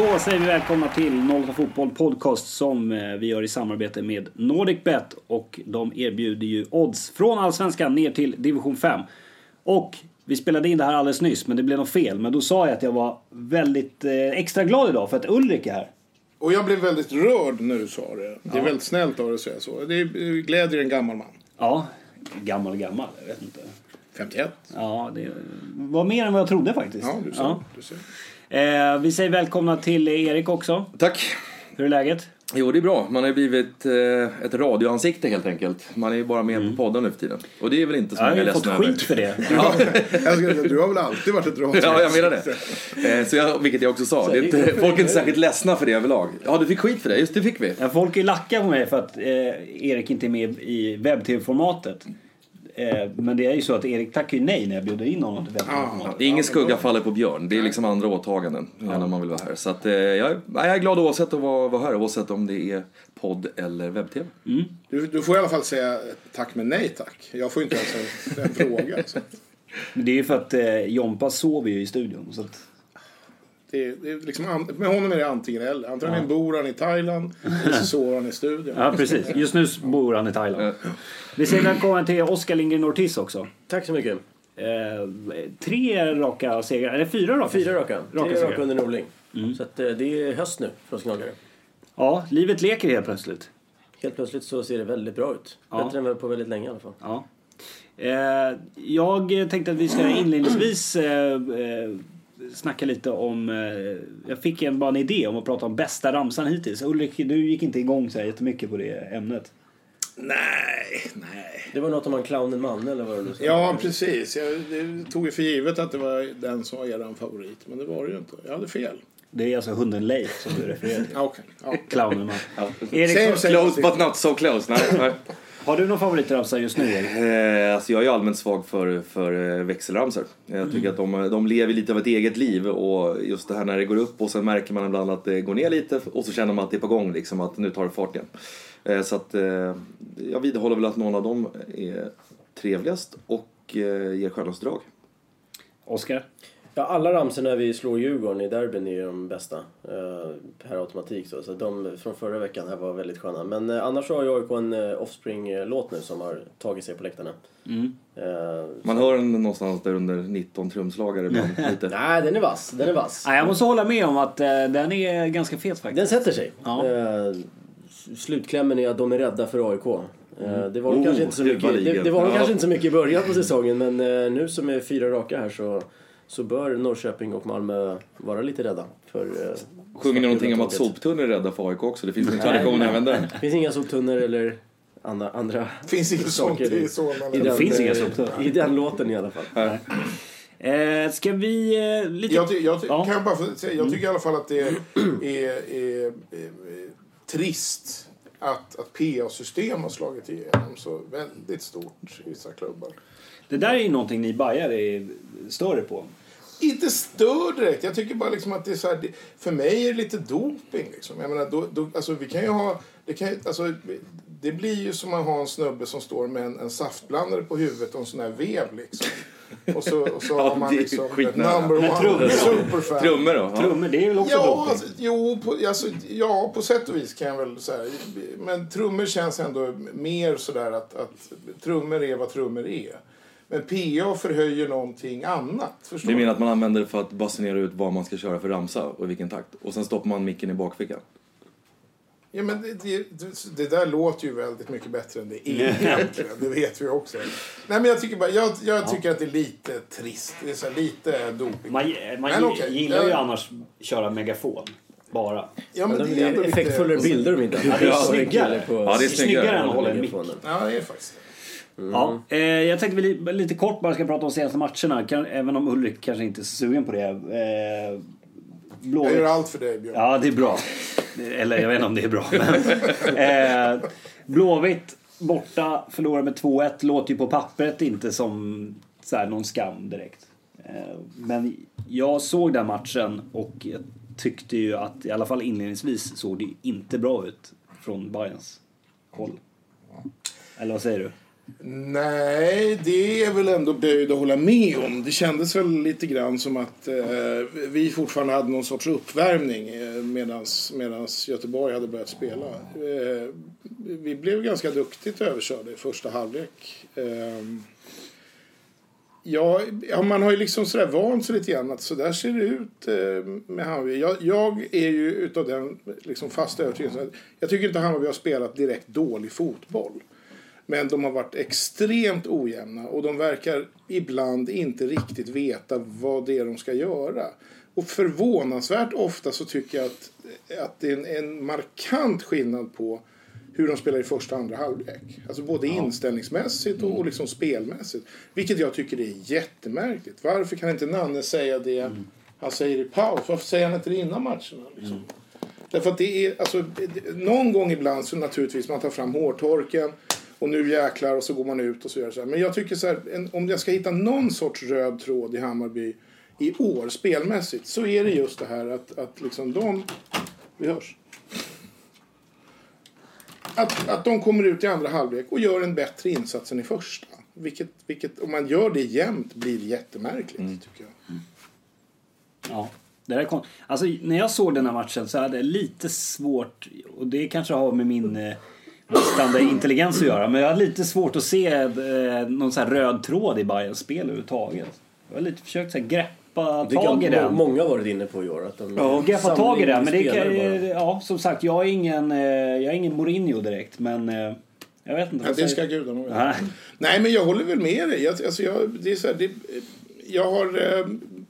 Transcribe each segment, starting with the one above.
Då säger vi välkomna till 08 Fotboll Podcast som vi gör i samarbete med NordicBet. Och de erbjuder ju odds från Allsvenskan ner till division 5. Och vi spelade in det här alldeles nyss, men det blev något fel. Men då sa jag att jag var väldigt extra glad idag för att Ulrik är här. Och jag blev väldigt rörd när du sa det. Det är väldigt snällt av dig att säga så. Det glädjer en gammal man. Ja, gammal, jag vet inte. 51. Ja, det var mer än vad jag trodde faktiskt. Ja, du ser. Ja. Du ser. Vi säger välkomna till Erik också. Tack. Hur är läget? Jo, det är bra. Man har ju blivit ett radioansikte helt enkelt. Man är ju bara med på podden nu för tiden. Och det är väl inte så många ledsna över. Jag har fått skit för det. Ja. Du har väl alltid varit ett radio. Ja, jag menar det. Vilket jag också sa. Folk är inte särskilt ledsna för det överlag. Ja, du fick skit för det. Just det fick vi. Ja, folk är lacka på mig för att Erik inte är med i webb-tv-formatet. Men det är ju så att Erik tackar ju nej när jag bjuder in honom till webb-tv-formatet. Det är ingen skugga faller på Björn. Det är liksom andra åtaganden när man vill vara här. Så att, jag är glad oavsett att vara här. Oavsett om det är podd eller webb-tv. Mm. Du får i alla fall säga tack men nej tack. Jag får inte ens en fråga. Så. Men det är ju för att Jompa sover ju i studion. Så att... Det är liksom, med honom är det antingen eller. Antingen bor han i Thailand eller så sover han i studion. Ja, precis. Just nu bor han i Thailand. Vi säger välkommen till Oskar Lindgren Ortiz också. Tack så mycket. 3 raka segrar, eller 4 raka? 4 raka. 3 raka under Norling. Mm. Så att, det är höst nu för oss gnagare. Ja, livet leker helt plötsligt. Helt plötsligt så ser det väldigt bra ut. Ja. Bättre än på väldigt länge i alla fall. Ja. Jag tänkte att vi ska inledningsvis snacka lite om... jag fick bara en idé om att prata om bästa ramsan hittills. Ulrik, du gick inte igång så här jättemycket på det ämnet. Nej. Det var något om en clownen man eller vad du sa. Ja, precis. Jag tog ju för givet att det var den som var eran favorit. Men det var det ju inte. Jag hade fel. Det är alltså hunden Leif som du refererar till. Okej. Ja. Clownen man. Ja. Erik, Close but not so close. Nej. har du någon favoritramsa just nu, Erik? Alltså jag är ju allmänt svag för växelramsor. Jag tycker att de lever lite av ett eget liv. Och just det här när det går upp och sen märker man ibland att det går ner lite. Och så känner man att det är på gång, liksom, att nu tar det fart igen. Så att jag vidhåller väl att någon av dem är trevligast och ger skönast drag. Oskar? Ja, alla ramser när vi slår Djurgården i derbyn är de bästa. Per automatik så. Så de från förra veckan här var väldigt sköna. Men annars har jag AIK en Offspring-låt nu som har tagit sig på läktarna. Mm. Man hör den någonstans där under 19 trumslagare ibland, lite. Nej, den är vass. Nej, jag måste hålla med om att den är ganska fet faktiskt. Den sätter sig. Ja. Slutklämmen är att de är rädda för AIK. Det var kanske inte så mycket. Det var kanske inte så mycket i början på säsongen, men nu som är 4 raka här så bör Norrköping och Malmö vara lite rädda för. Sjunger ni någonting om att soptunnor är rädda för AIK också? Det finns en tradition även där. Det finns inga soptunnor eller andra. Finns inget sånt i Solna. Det finns inga soptunnor. I den låten i alla fall. Ska vi lite... Jag kan jag bara få säga, jag tycker i alla fall att det är trist att PA-system har slagit igenom så väldigt stort i vissa klubbar. Det där är ju någonting ni bajar är större på. Inte större direkt. Jag tycker bara liksom att det är så här, för mig är det lite doping liksom. Jag menar alltså vi kan ju ha det blir ju som att ha en snubbe som står med en saftblandare på huvudet och en sån här vev liksom. Och så har man liksom ett number one superfan. Trummor då? Ja. Trummor, det är väl också doping? Ja, på sätt och vis kan jag väl säga. Men trummor känns ändå mer sådär att trummor är vad trummor är. Men PA förhöjer någonting annat. Förstår Det menar att man använder det för att basunera ut vad man ska köra för ramsa och i vilken takt. Och sen stoppar man micken i bakfickan. Ja, men det där låter ju väldigt mycket bättre än det är egentligen. Det vet vi också. Nej, men jag tycker bara, jag tycker att det är lite trist. Det är så lite doping. Man gillar ju annars köra megafon. Bara. Ja, men det är ändå effektfullare bilder de inte. Ja, det är snyggare. Ja, det är snyggare än att hålla en mick. Ja, det är faktiskt. Ja, jag tänkte vi lite kort bara ska prata om senaste matcherna. Även om Ulrik kanske inte är så sugen på det. Jag gör allt för dig, Björn. Ja, det är bra. Eller jag vet inte om det är bra. Men, Blåvitt borta, förlorar med 2-1. Låter ju på pappret inte som så här, någon skam direkt. Men jag såg den matchen och jag tyckte ju att i alla fall inledningsvis såg det inte bra ut från Bayerns håll. Eller vad säger du? Nej, det är väl ändå böjd att hålla med om. Det kändes väl lite grann som att vi fortfarande hade någon sorts uppvärmning medans Göteborg hade börjat spela. Vi blev ganska duktigt överkörda i första halvlek. Ja, man har ju liksom sådär vant sig lite grann att så där ser det ut med Hammarby. Jag är ju utav den liksom fasta övertygelsen. Jag tycker inte Hammarby har spelat direkt dålig fotboll. Men de har varit extremt ojämna och de verkar ibland inte riktigt veta vad det är de ska göra. Och förvånansvärt ofta så tycker jag att det är en markant skillnad på hur de spelar i första och andra halvlek. Alltså både inställningsmässigt och liksom spelmässigt. Vilket jag tycker är jättemärkligt. Varför kan inte Nanne säga det han säger i paus? Varför säger han inte det innan matcherna? Liksom? Därför att det är, alltså, någon gång ibland så naturligtvis man tar fram hårtorken och nu jäklar och så går man ut och så gör så här. Men jag tycker så här, om jag ska hitta någon sorts röd tråd i Hammarby i år spelmässigt så är det just det här att liksom vi hörs. Att de kommer ut i andra halvlek och gör en bättre insats än i första. Vilket om man gör det jämnt blir jättemärkligt tycker jag. Ja. Det där alltså, när jag såg den här matchen så hade jag lite svårt, och det kanske har med min bristande intelligens att göra, men jag hade lite svårt att se någon så här röd tråd i Bayerns spel överhuvudtaget. Jag har lite försökt så här greppa tag i den. Många har varit inne på i år att de greppa tag i den, men det kan, som sagt, jag är ingen Mourinho direkt, men jag vet inte. Ja, det ska gudarna veta. Nej, men jag håller väl med dig. Jag har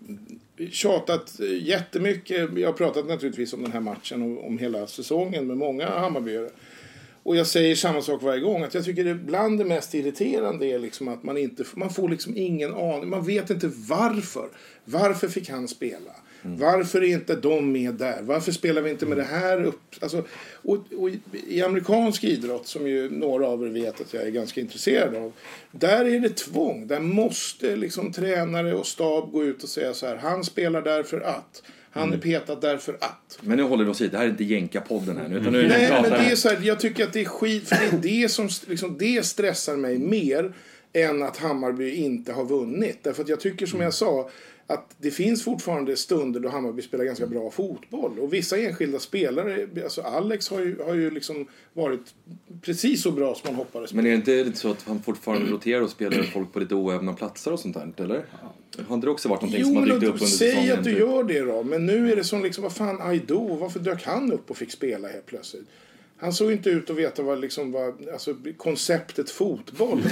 tjatat jättemycket. Jag har pratat naturligtvis om den här matchen och om hela säsongen med många Hammarbyare. Och jag säger samma sak varje gång. Att jag tycker det bland det mest irriterande är liksom att man får liksom ingen aning. Man vet inte varför. Varför fick han spela? Varför är inte de med där? Varför spelar vi inte med det här upp? Alltså, och i amerikansk idrott, som ju några av er vet att jag är ganska intresserad av, där är det tvång. Där måste liksom tränare och stab gå ut och säga så här: han spelar därför att. Han är petad därför att. Men nu håller vi oss i, det här är inte Jänka-podden här nu. Utan nu nej, men det är så här, jag tycker att det är skit. För det är det som liksom, det stressar mig mer än att Hammarby inte har vunnit. Därför att jag tycker, som jag sa, att det finns fortfarande stunder då Hammarby spelar ganska bra fotboll. Och vissa enskilda spelare, alltså Alex har ju liksom varit precis så bra som man hoppades på. Men är det inte lite så att han fortfarande roterar och spelar folk på lite oävna platser och sånt där, eller? Har inte det också varit någonting som har dykt upp under säsongen? Säg att du gör det då, men nu är det som liksom, vad fan, Aido, varför dök han upp och fick spela helt plötsligt? Han såg inte ut att veta vad alltså, konceptet fotboll.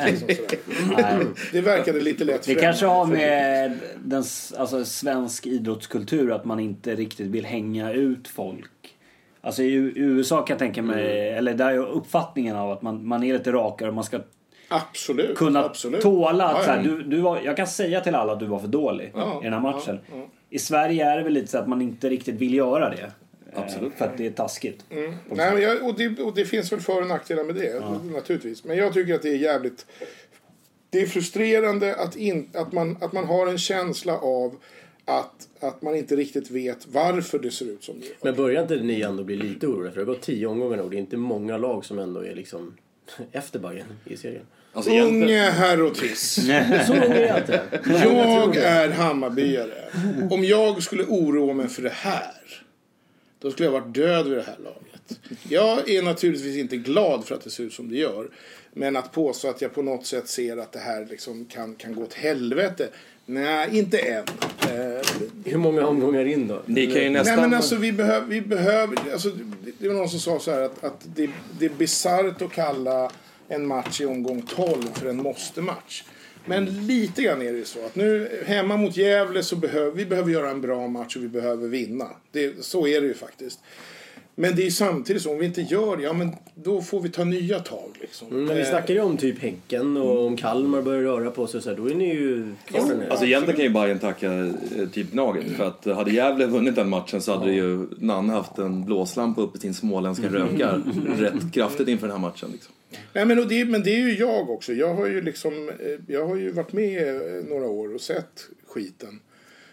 Det verkade lite lätt. Det kanske har med alltså, svensk idrottskultur att man inte riktigt vill hänga ut folk. Alltså i USA kan jag tänka mig, eller där är uppfattningen av att man är lite rakare och man ska kunna tåla att så här, jag kan säga till alla att du var för dålig i den här matchen. I Sverige är det väl lite så att man inte riktigt vill göra det. Absolut. För att det är taskigt. Nej, men och det finns väl för- och nackdelar med det, naturligtvis. Men jag tycker att det är jävligt... Det är frustrerande att man har en känsla av att man inte riktigt vet varför det ser ut som det gör. Men börjar inte ni ändå bli lite oroliga? För det har gått 10 omgångar och det är inte många lag som ändå är liksom efter Bayern i serien. Alltså, unge herrotis. Så ung är jag inte. Jag är Hammarbyare. Om jag skulle oroa mig för det här, då skulle jag varit död vid det här laget. Jag är naturligtvis inte glad för att det ser ut som det gör. Men att påstå att jag på något sätt ser att det här liksom kan gå åt helvete. Nej, inte än. Hur många omgångar in då? Det kan ju nästan... Nej, men alltså vi behöver alltså, det var någon som sa så här att det är bisarrt att kalla en match i omgång 12 för en måste-match. Men lite grann är det ju så att nu hemma mot Gävle så behöver vi göra en bra match och vi behöver vinna. Så är det ju faktiskt. Men det är samtidigt så, om vi inte gör det, ja men då får vi ta nya tag liksom. Men vi snackar ju om typ Häcken och om Kalmar börjar röra på sig så här, då är ni ju kvar där nere. Alltså egentligen kan ju Bayern tacka typ Gnaget, för att hade Gävle vunnit den matchen så hade ju Nanne haft en blåslampa upp i sin småländska rökar rätt kraftigt inför den här matchen liksom. Nej, men det är ju jag också. Jag har ju varit med några år och sett skiten.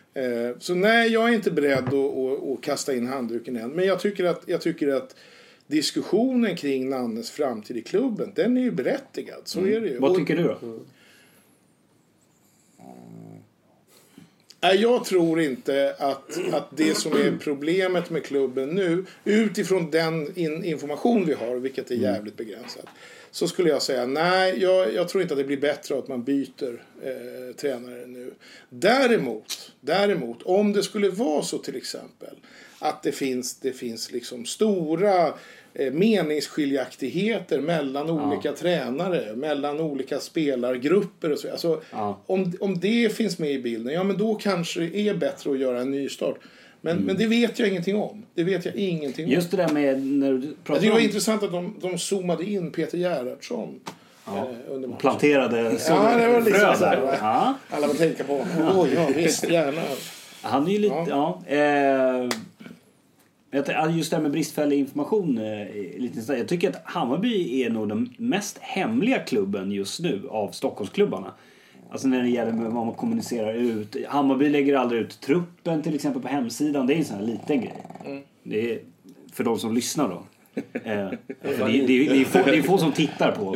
Så nej, jag är inte beredd att kasta in handduken än. Men jag tycker att diskussionen kring Nannes framtid i klubben, den är ju berättigad. Så är det ju. Vad tycker du då? Jag tror inte att det som är problemet med klubben nu, utifrån den information vi har, vilket är jävligt begränsat, så skulle jag säga nej, jag tror inte att det blir bättre att man byter tränare nu. Däremot, om det skulle vara så till exempel att det finns liksom stora meningsskiljaktigheter mellan olika tränare, mellan olika spelargrupper och så. Alltså, om det finns med i bilden, ja men då kanske det är bättre att göra en ny start. Men det vet jag ingenting om. Just det där med när du pratar det var intressant att de zoomade in Peter Gerhardsson under matchen. Planterade det var liksom så där. Ja. Alla var tänka på. Visst, gärna. Han är ju lite just det här med bristfällig information lite. Jag tycker att Hammarby är nog den mest hemliga klubben just nu av Stockholmsklubbarna. Alltså när det gäller vad man kommunicerar ut. Hammarby lägger aldrig ut truppen till exempel på hemsidan. Det är en sån här liten grej. Det är för de som lyssnar då. För det är få som tittar på oss.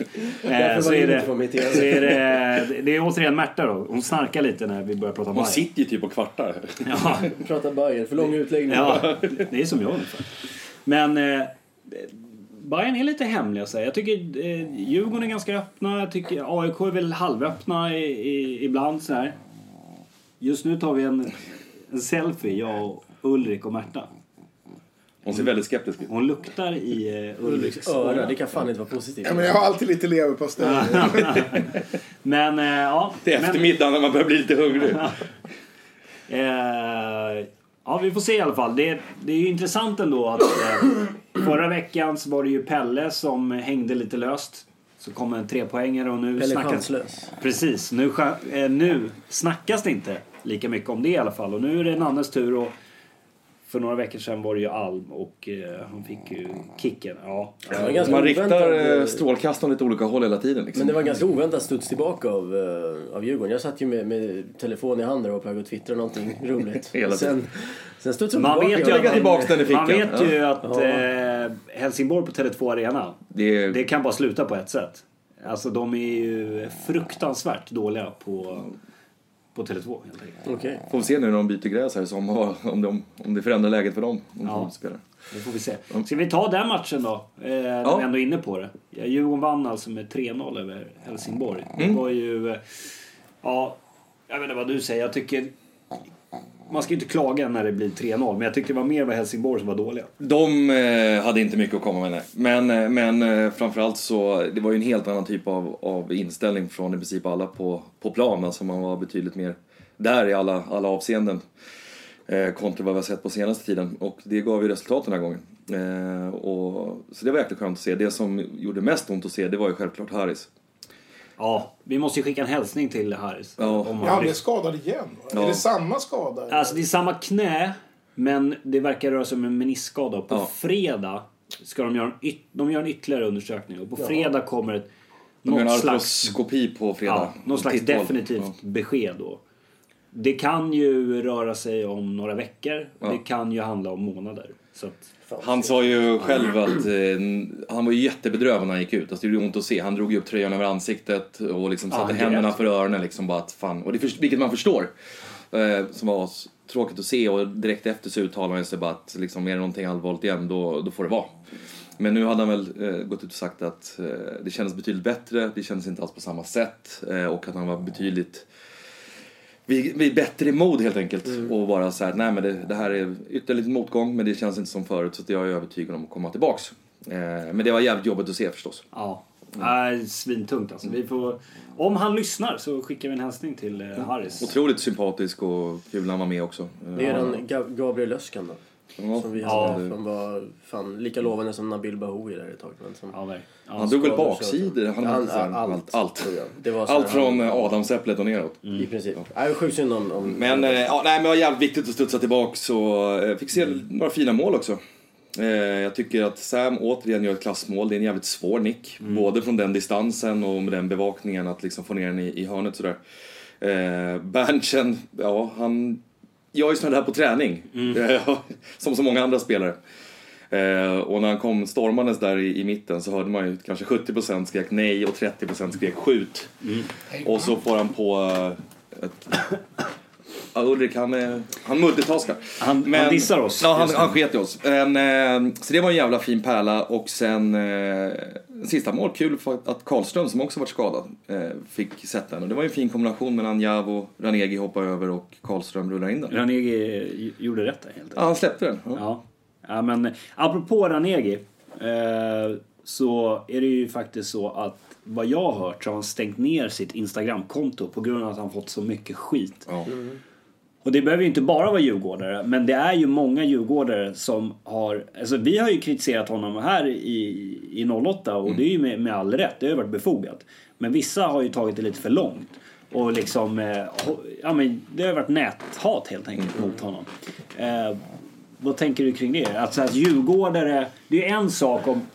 Det är återigen Märta då. Hon snarkar lite när vi börjar prata Bayern. Hon sitter ju typ och kvartar. Ja, pratar Bayern. För lång utläggning. Ja, det är som jag ungefär. Men Bayern är lite hemliga. Så jag tycker Djurgården är ganska öppna. Jag tycker AIK är väl halvöppna ibland. Så här. Just nu tar vi en selfie, jag och Ulrik och Märta. Hon ser väldigt skeptisk ut. Hon luktar i Ulriks öra. Det kan fan inte vara positivt. Ja, men jag har alltid lite leverpastej. Men det är eftermiddagen när man börjar bli lite hungrig. Ja, vi får se i alla fall. Det är ju intressant ändå att förra veckan så var det ju Pelle som hängde lite löst. Så kom en 3-poängare och nu chanslös. Precis, nu snackas det inte lika mycket om det i alla fall. Och nu är det Nannes tur och för några veckor sedan var det ju Alm och han fick ju kicken. Ja. Man riktar strålkastaren lite olika håll hela tiden. Liksom. Men det var ganska oväntat studs tillbaka av Djurgården. Jag satt ju med telefon i handen och på att twittra någonting roligt. Sen studsade man tillbaka. Man vet ju att Helsingborg på Tele2 Arena, det kan bara sluta på ett sätt. Alltså de är ju fruktansvärt dåliga på Tele2 helt enkelt. Okay. Får vi se nu när de byter gräs här om det förändrar läget för dem. Det får vi se. Ska vi ta den matchen då? De är ändå inne på det. Djurgården vann alltså med 3-0 över Helsingborg. Det var ju jag vet inte vad du säger. Jag tycker man ska inte klaga när det blir 3-0, men jag tycker det var mer vad Helsingborg som var dåliga. De hade inte mycket att komma med. Men framförallt så det var ju en helt annan typ av inställning från i princip alla på plan. Alltså man var betydligt mer där i alla avseenden kontra vad vi har sett på senaste tiden. Och det gav ju resultat den här gången. Så det var jäkligt skönt att se. Det som gjorde mest ont att se, det var ju självklart Haris. Ja, vi måste ju skicka en hälsning till Haris. Han blev skadad igen. Ja. Är det samma skada? Alltså det är samma knä, men det verkar röra sig om en meniskskada. På fredag ska de göra en ytterligare undersökning. Och på fredag kommer någon slags artroskopi på fredag. Någon slags definitivt besked då. Det kan ju röra sig om några veckor. Det kan ju handla om månader. Så att, han sa ju själv att han var ju jättebedrövad när han gick ut. Alltså det gjorde ont att se. Han drog ju upp tröjan över ansiktet och liksom satte händerna för öronen liksom bara att fan. Och vilket man förstår. Som var tråkigt att se, och direkt efter så uttalade han sig bara att liksom, är det någonting allvarligt igen då får det vara. Men nu hade han väl gått ut och sagt att det kändes betydligt bättre. Det kändes inte alls på samma sätt och att han var betydligt vi är bättre i mod helt enkelt. Och bara så här, nej men det här är ytterligare motgång, men det känns inte som förut, så att jag är övertygad om att komma tillbaks. Men det var jävligt jobbigt att se förstås. Ja, svintungt alltså. Vi får, om han lyssnar så skickar vi en hälsning till Haris. Otroligt sympatisk och kul när han var med också. Det är den Gabriel Öskan då. Som vi hade, som var fan lika lovande som Nabil Bahoui där ett tag. Men som, han drog väl baksidor. Allt från Adamsäpplet och neråt. I princip. Sjukt synd om... Men det var jävligt viktigt att studsa tillbaka, så fick se några fina mål också. Jag tycker att Sam återigen gör ett klassmål. Det är en jävligt svår nick. Både från den distansen och med den bevakningen att liksom få ner den i hörnet sådär. Berntsen, han gör ju sådana där på träning. Som så många andra spelare. Och när han kom stormandes där i mitten så hörde man ju kanske 70% skrek nej och 30% skrek skjut. Och så får han på Ulrik han multitaskar. Han dissar oss. Ja, han sket i oss. Så det var en jävla fin pärla. Och sen sista mål, kul för att Karlström som också varit skadad fick sätta den. Och det var en fin kombination mellan Javo, Ranegi hoppar över och Karlström rullar in den. Ranegi gjorde rätt helt enkelt. Ja, han släppte den. Ja, men apropå Ranegi så är det ju faktiskt så att vad jag har hört så har han stängt ner sitt Instagramkonto på grund av att han fått så mycket skit. Ja. Och det behöver ju inte bara vara djurgårdare, men det är ju många djurgårdare som har... Alltså vi har ju kritiserat honom här i 08 och det är ju med all rätt, det har ju varit befogat. Men vissa har ju tagit det lite för långt. Och liksom, men det har varit näthat helt enkelt mot honom. Vad tänker du kring det? Alltså att djurgårdare, det är en sak om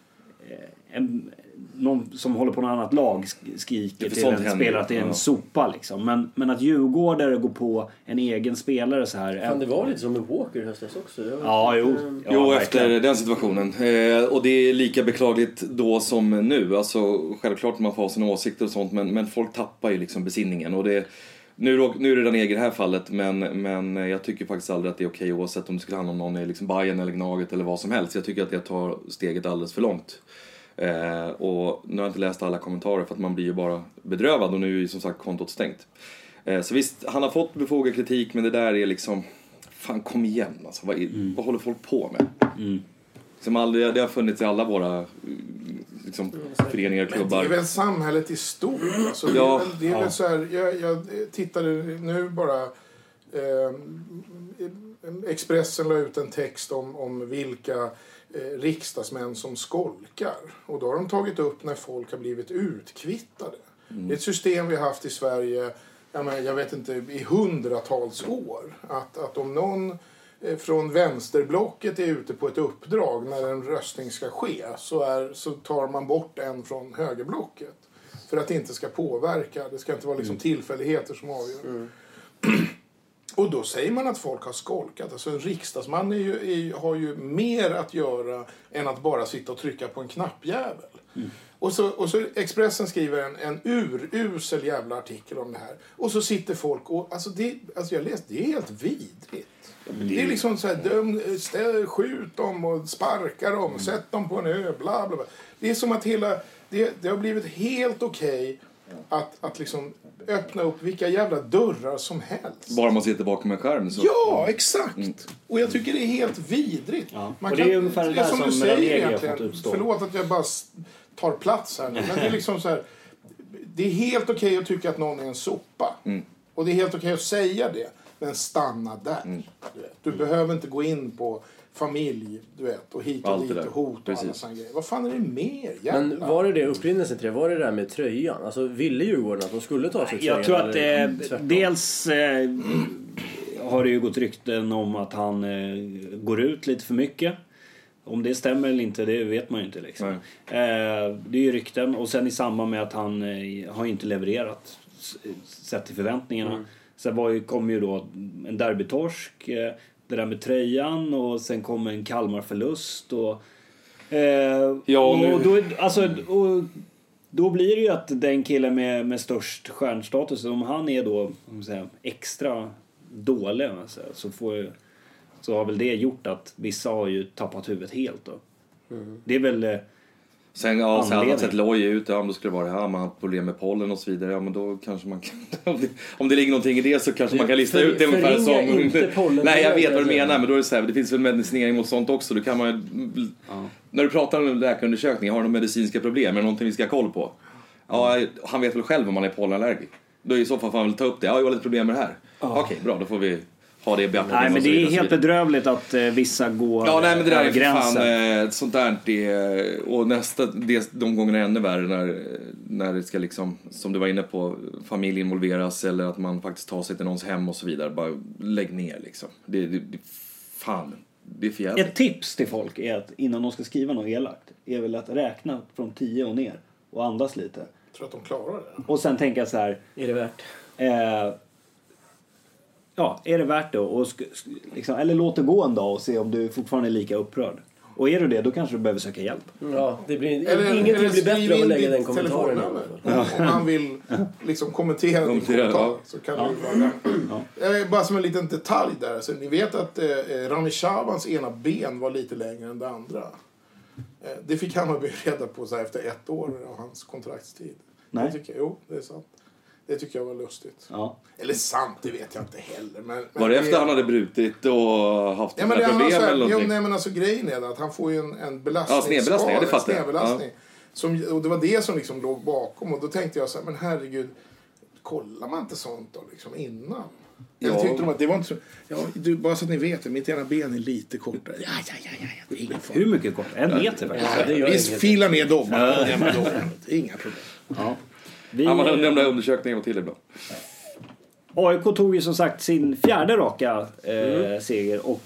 någon som håller på något annat lag skriker till en spelare att det är en sopa liksom. Men att djurgårdare går på en egen spelare så här. Fan, det var lite som med Walker höstas också. Jo, efter den situationen. Och det är lika beklagligt då som nu. Alltså självklart man får ha sina åsikter och sånt, men folk tappar ju liksom besinningen. Och det, nu är det den egen i det här fallet, men jag tycker faktiskt aldrig att det är okej oavsett om det skulle handla om någon i liksom Bayern eller Gnaget eller vad som helst. Jag tycker att det tar steget alldeles för långt. Och nu har jag inte läst alla kommentarer för att man blir ju bara bedrövad och nu är ju som sagt kontot stängt. Så visst, han har fått befogad kritik, men det där är liksom, fan kom igen alltså, vad håller folk på med? Som aldrig, det har funnits i alla våra liksom, föreningar och klubbar. Men det är väl samhället i stort alltså, det är väl så här, jag tittade nu bara Expressen la ut en text om vilka riksdagsmän som skolkar. Och då har de tagit upp när folk har blivit utkvittade. Det är ett system vi har haft i Sverige, jag vet inte, i hundratals år. Att om någon från vänsterblocket är ute på ett uppdrag när en röstning ska ske så tar man bort en från högerblocket. För att det inte ska påverka. Det ska inte vara liksom tillfälligheter som avgör. Och då säger man att folk har skolkat. Alltså en riksdagsman har ju mer att göra än att bara sitta och trycka på en knappjävel. Och så Expressen skriver en urusel jävla artikel om det här. Och så sitter folk och... jag läste, det är helt vidrigt. Det är liksom så här, skjut dem och sparka dem, sätt dem på en ö, bla bla bla. Det är som att det har blivit helt okej att liksom öppna upp vilka jävla dörrar som helst. Bara man sitter bakom en skärm så... Ja, exakt. Och jag tycker det är helt vidrigt. Ja. Man och det är ungefär det där som du säger egentligen. Förlåt att jag bara tar plats här nu. Men det är liksom så här. Det är helt okej att tycka att någon är en sopa. Och det är helt okej att säga det. Men stanna där. Du behöver inte gå in på familj, du vet, och hit och dit och hot och alla sådana grejer. Vad fan är det mer? Jävlar. Men var det upprinnelsen till det? Var det där med tröjan? Alltså ville Djurgården att de skulle ta sig tröjan? Jag tror att dels har det ju gått rykten om att han går ut lite för mycket. Om det stämmer eller inte, det vet man ju inte liksom. Det är ju rykten, och sen i samband med att han har inte levererat sett till förväntningarna. Sen kom ju då en derbytorsk, det där med tröjan, och sen kom en Kalmar-förlust och då blir det ju att den killen med störst stjärnstatus, om han är då extra dålig alltså, så har väl det gjort att vissa har ju tappat huvudet helt då. Det är väl sen har man sett loj ut, då skulle det vara det här, man har problem med pollen och så vidare, men då kanske man kan, om det ligger någonting i det så kanske man kan lista ut det ungefär som... Nej, jag vet vad du menar, men då är det så här, det finns väl medicinering mot sånt också, då kan man när du pratar om läkarundersökning, har du medicinska problem, är det någonting vi ska ha koll på? Ja, han vet väl själv om man är pollenallergisk. Då i så fall får han väl ta upp det, jag har lite problem med det här. Okej, bra, då får vi ha det i beaktning. Nej, men det är helt bedrövligt att vissa går men det där är gränsen. Fan, sånt där det, och de gångerna är ännu värre när det ska liksom, som du var inne på, familj involveras eller att man faktiskt tar sig till någons hem och så vidare. Bara lägg ner liksom. Det är för jävligt. Ett tips till folk är att innan de ska skriva något elakt är väl att räkna från 10 och ner och andas lite. Jag tror att de klarar det. Och sen tänka så här, är det värt? Är det värt det? Och liksom, eller låt det gå en dag och se om du fortfarande är lika upprörd. Och är du det, då kanske du behöver söka hjälp. Ja, det blir, ingenting blir bättre av att lägga den kommentaren. Om man vill liksom kommentera din kommentar så kan du vara där. Bara som en liten detalj där. Alltså, ni vet att Rami Shabans ena ben var lite längre än det andra. Det fick Hammarby reda på så här, efter 1 år av hans kontraktstid. Nej. Det är sant. Det tycker jag var lustigt. Ja. Eller sant, det vet jag inte heller. Men var det efter han hade brutit och haft problem eller någonting? Nej, men alltså grejen är att han får ju en belastning. Ja, snedbelastning, det fattar jag. Snedbelastning. Och det var det som liksom låg bakom. Och då tänkte jag så här, men herregud, kollar man inte sånt då liksom innan? Eller tyckte de att det var inte så... Ja, du, bara så att ni vet det, mitt ena ben är lite kortare. Ja, det är ingen fara. Hur mycket kort? 1 meter faktiskt. Vi filar ner domaren. Det är inga problem. Ja. Man nämnde undersökningen till ibland. AIK tog ju som sagt sin 4:e raka seger. Och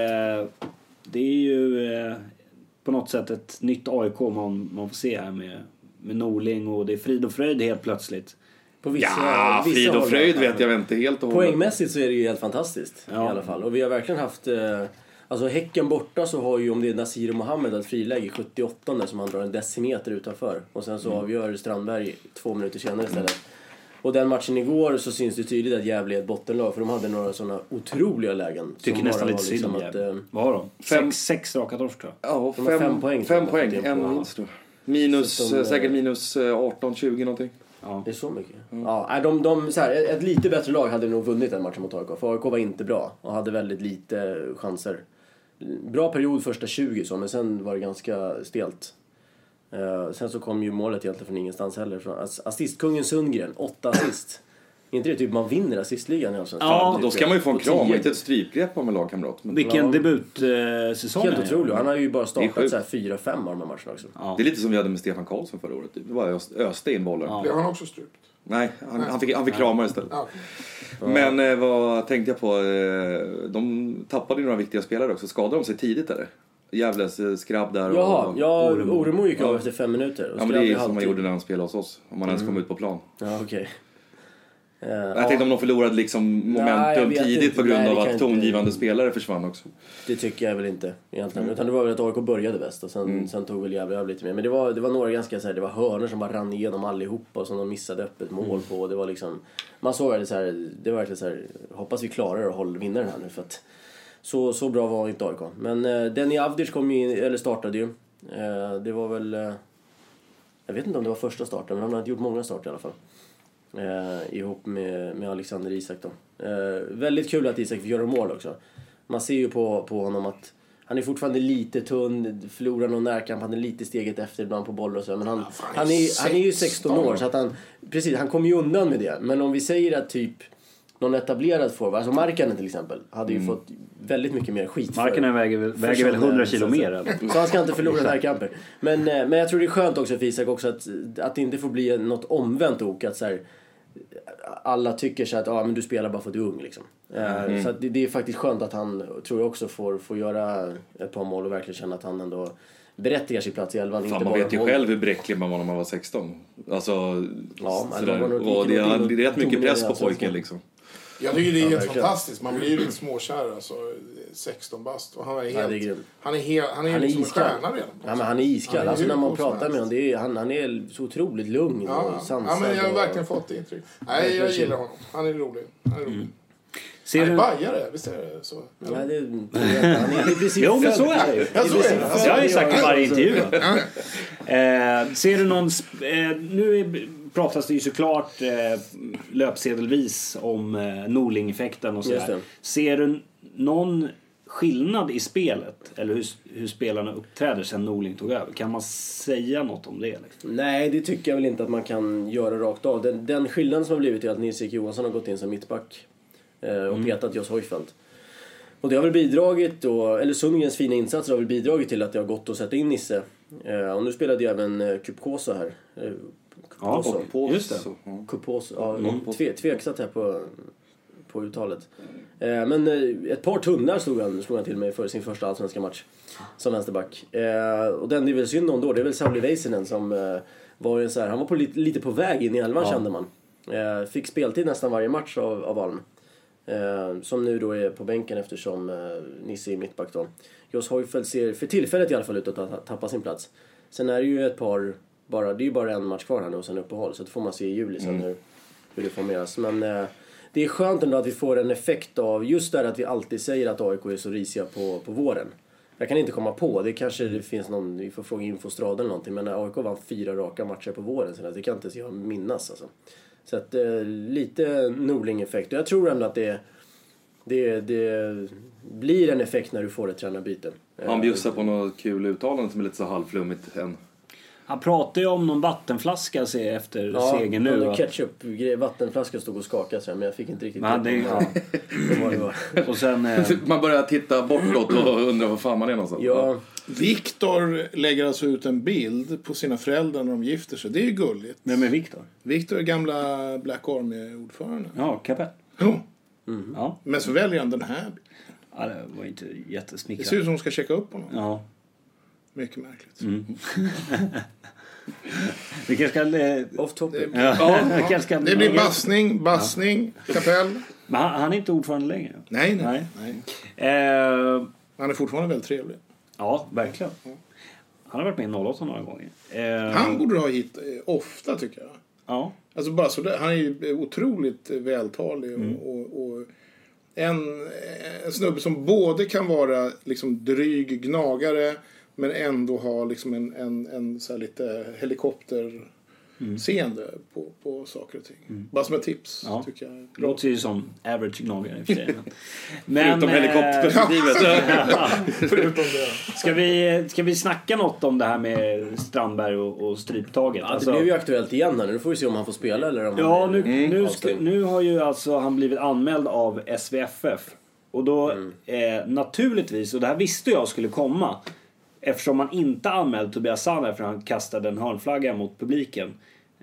det är ju på något sätt ett nytt AIK man får se här med Norling. Och det är frid och fröjd helt plötsligt. På vissa frid och fröjd vet jag inte helt. Poängmässigt så är det ju helt fantastiskt i alla fall. Och vi har verkligen haft... Alltså Häcken borta så har ju, om det är Nasir Mohammed, ett friläge 78 som han drar en decimeter utanför. Och sen så avgör Strandberg 2 minuter senare istället. Och den matchen igår så syns det tydligt att Gävle är ett bottenlag. För de hade några sådana otroliga lägen. Tycker nästan lite synd om Gävle. Vad har de? 6 raka torsk tror jag. Ja, 5 poäng. 5 poäng, en vinst då. Säkert minus 18-20 någonting. Ja. Det är så mycket. Ja, så här, ett lite bättre lag hade nog vunnit den matchen mot AIK. För AIK var inte bra och hade väldigt lite chanser. Bra period första 20 så, men sen var det ganska stelt. Sen så kom ju målet egentligen från ingenstans heller. Från assistkungen Sundgren, 8 assist. Är inte det typ man vinner assistligan? Ja, då ska man ju få en kram, inte ett strypgrepp av en lagkamrat. Vilken debutsäsong. Helt otroligt. Han har ju bara startat så här 4-5 av de här matcherna också. Ja. Det är lite som vi hade med Stefan Karlsson förra året. Det var öste in bollar. Ja. Blev han också strypt? Nej, han fick kramar istället. Ja. Men vad tänkte jag på? De tappade ju några viktiga spelare också. Skadade de sig tidigt eller? Jävles skrabb där. Ja, Oremo gick av efter 5 minuter. Ja, men det är ju som man gjorde när han spelade hos oss. Om man ens kom ut på plan. Ja, okej. Jag tänkte om de förlorade liksom momentum tidigt på grund av att tongivande spelare försvann också. Det tycker jag väl inte egentligen. Utan det var väl att AIK började bäst och sen tog väl Gävle lite mer. Men det var några ganska så här, det var hörnor som bara rann igenom allihopa och som de missade öppet mål på. Det var liksom, man såg det så här, det var verkligen så här, hoppas vi klarar att vinna den här nu för att så bra var inte AIK. Men Denny Avdic kom ju eller startade ju. Det var väl jag vet inte om det var första starten, men han hade gjort många starter i alla fall. Ihop med Alexander Isak då. Väldigt kul att Isak fick göra mål också. Man ser ju på honom att han är fortfarande lite tunn, förlorar någon närkamp, han är lite steget efter ibland på boll och så, men han är ju 16 år så att han kommer ju undan med det. Men om vi säger att typ någon etablerad forward, alltså Markkanen till exempel, hade ju fått väldigt mycket mer skit. Markkanen väger väl 100 kilo mer eller? Så han ska inte förlora närkamper. Men jag tror det är skönt också för Isak också att det inte får bli något omvänt ok att så här, alla tycker så att men du spelar bara för att du är ung liksom. Så att det är faktiskt skönt att han, tror jag också, får göra ett par mål och verkligen känna att han ändå berättigar sin plats i elvan. Fan, man vet ju själv hur bräcklig man var när man var 16. Alltså, det är rätt mycket press på pojken liksom. Jag tycker det är helt fantastiskt. Man blir ju lite småkär alltså, 16 bast och han är liksom en stjärna redan. Ja, men han är iskall. Alltså när man pratar med honom, han är så otroligt lugn och sansad. Ja, men jag har verkligen fått det intryck. Nej, jag gillar honom. Han är rolig. Ser du bajare, visst är det så? Nej, han är precis. Jo, men så är det. Jag har ju sagt i varje intervju. Ser du någon nu pratas det ju såklart löpsedelvis om Norling-effekten och sådär. Ser du någon skillnad i spelet eller hur spelarna uppträder sen Norling tog över? Kan man säga något om det? Liksom? Nej, det tycker jag väl inte att man kan göra rakt av. Den skillnaden som har blivit är att Nils-Erik Johansson har gått in som mittback och petat Jos Højfeldt. Och det har väl bidragit eller Sundgrens fina insatser har väl bidragit till att det har gått att sätta in Nisse. Och nu spelade jag även Kupkosa här. Just det. Kupkosa, tveksatt här på uttalet. Men ett par tunnlar slog han till mig för sin första allsvenska match som vänsterback. Och den det är väl synd om då, det är väl Sauli Väisänen som var en så här, han var lite på väg in i elvan kände man. Fick speltid nästan varje match av Alm. Som nu då är på bänken eftersom Nisse är mittback då. Jos Højfeldt ser för tillfället i alla fall ut att tappa sin plats. Sen är det ju det är ju bara en match kvar här nu och sen uppehåll. Så det får man se i juli sen hur det formeras. Men det är skönt ändå att vi får en effekt av just där att vi alltid säger att AIK är så risiga på våren. Jag kan inte komma på, det kanske det finns någon, vi får fråga Infostrad eller någonting, men AIK vann 4 raka matcher på våren sen, det kan inte jag minnas alltså. Så att lite Norling-effekt. Och jag tror ändå att det blir en effekt när du får ett tränarbyte. Han bjussar på något kul uttalande som är lite så halvflummigt än. Han pratar ju om någon vattenflaska efter segern nu. Ja, ketchup, vattenflaska stod och skakade men jag fick inte riktigt. Och sen man börjar titta bortåt och undra vad fan man är någonstans. Ja. Viktor lägger alltså ut en bild på sina föräldrar när de gifter sig. Det är ju gulligt. Vem är Viktor? Viktor är gamla Black Army-ordförande. Ja, Kapell. Ja. Men så väljer han den här. Ja, det var inte jättesmickrande. Det ser ut som hon ska checka upp honom. Ja. Mycket märkligt. Vi kanske ska... Off topic. Det blir bassning, Kapell. Men han är inte ordförande längre. Nej. Han är fortfarande väldigt trevlig. Ja, verkligen. Han har varit med i 08 några gånger. Han borde ha hit ofta tycker jag. Ja. Alltså bara så där, han är ju otroligt vältalig och en snubbe som både kan vara liksom dryg gnagare men ändå ha liksom en så här lite helikopterseende på saker och ting. Bara som ett tips tycker jag. Det låter ju som average gnagare i och för sig. Förutom helikopterperspektivet. Förutom det. Ska vi snacka något om det här med Strandberg och stryptaget? Ja, det blev ju aktuellt igen här. Nu får vi se om han får spela eller om nu har ju alltså han blivit anmäld av SVFF. Och då naturligtvis, och det här visste jag skulle komma, eftersom man inte anmälde Tobias Sana för han kastade en hörnflagga mot publiken.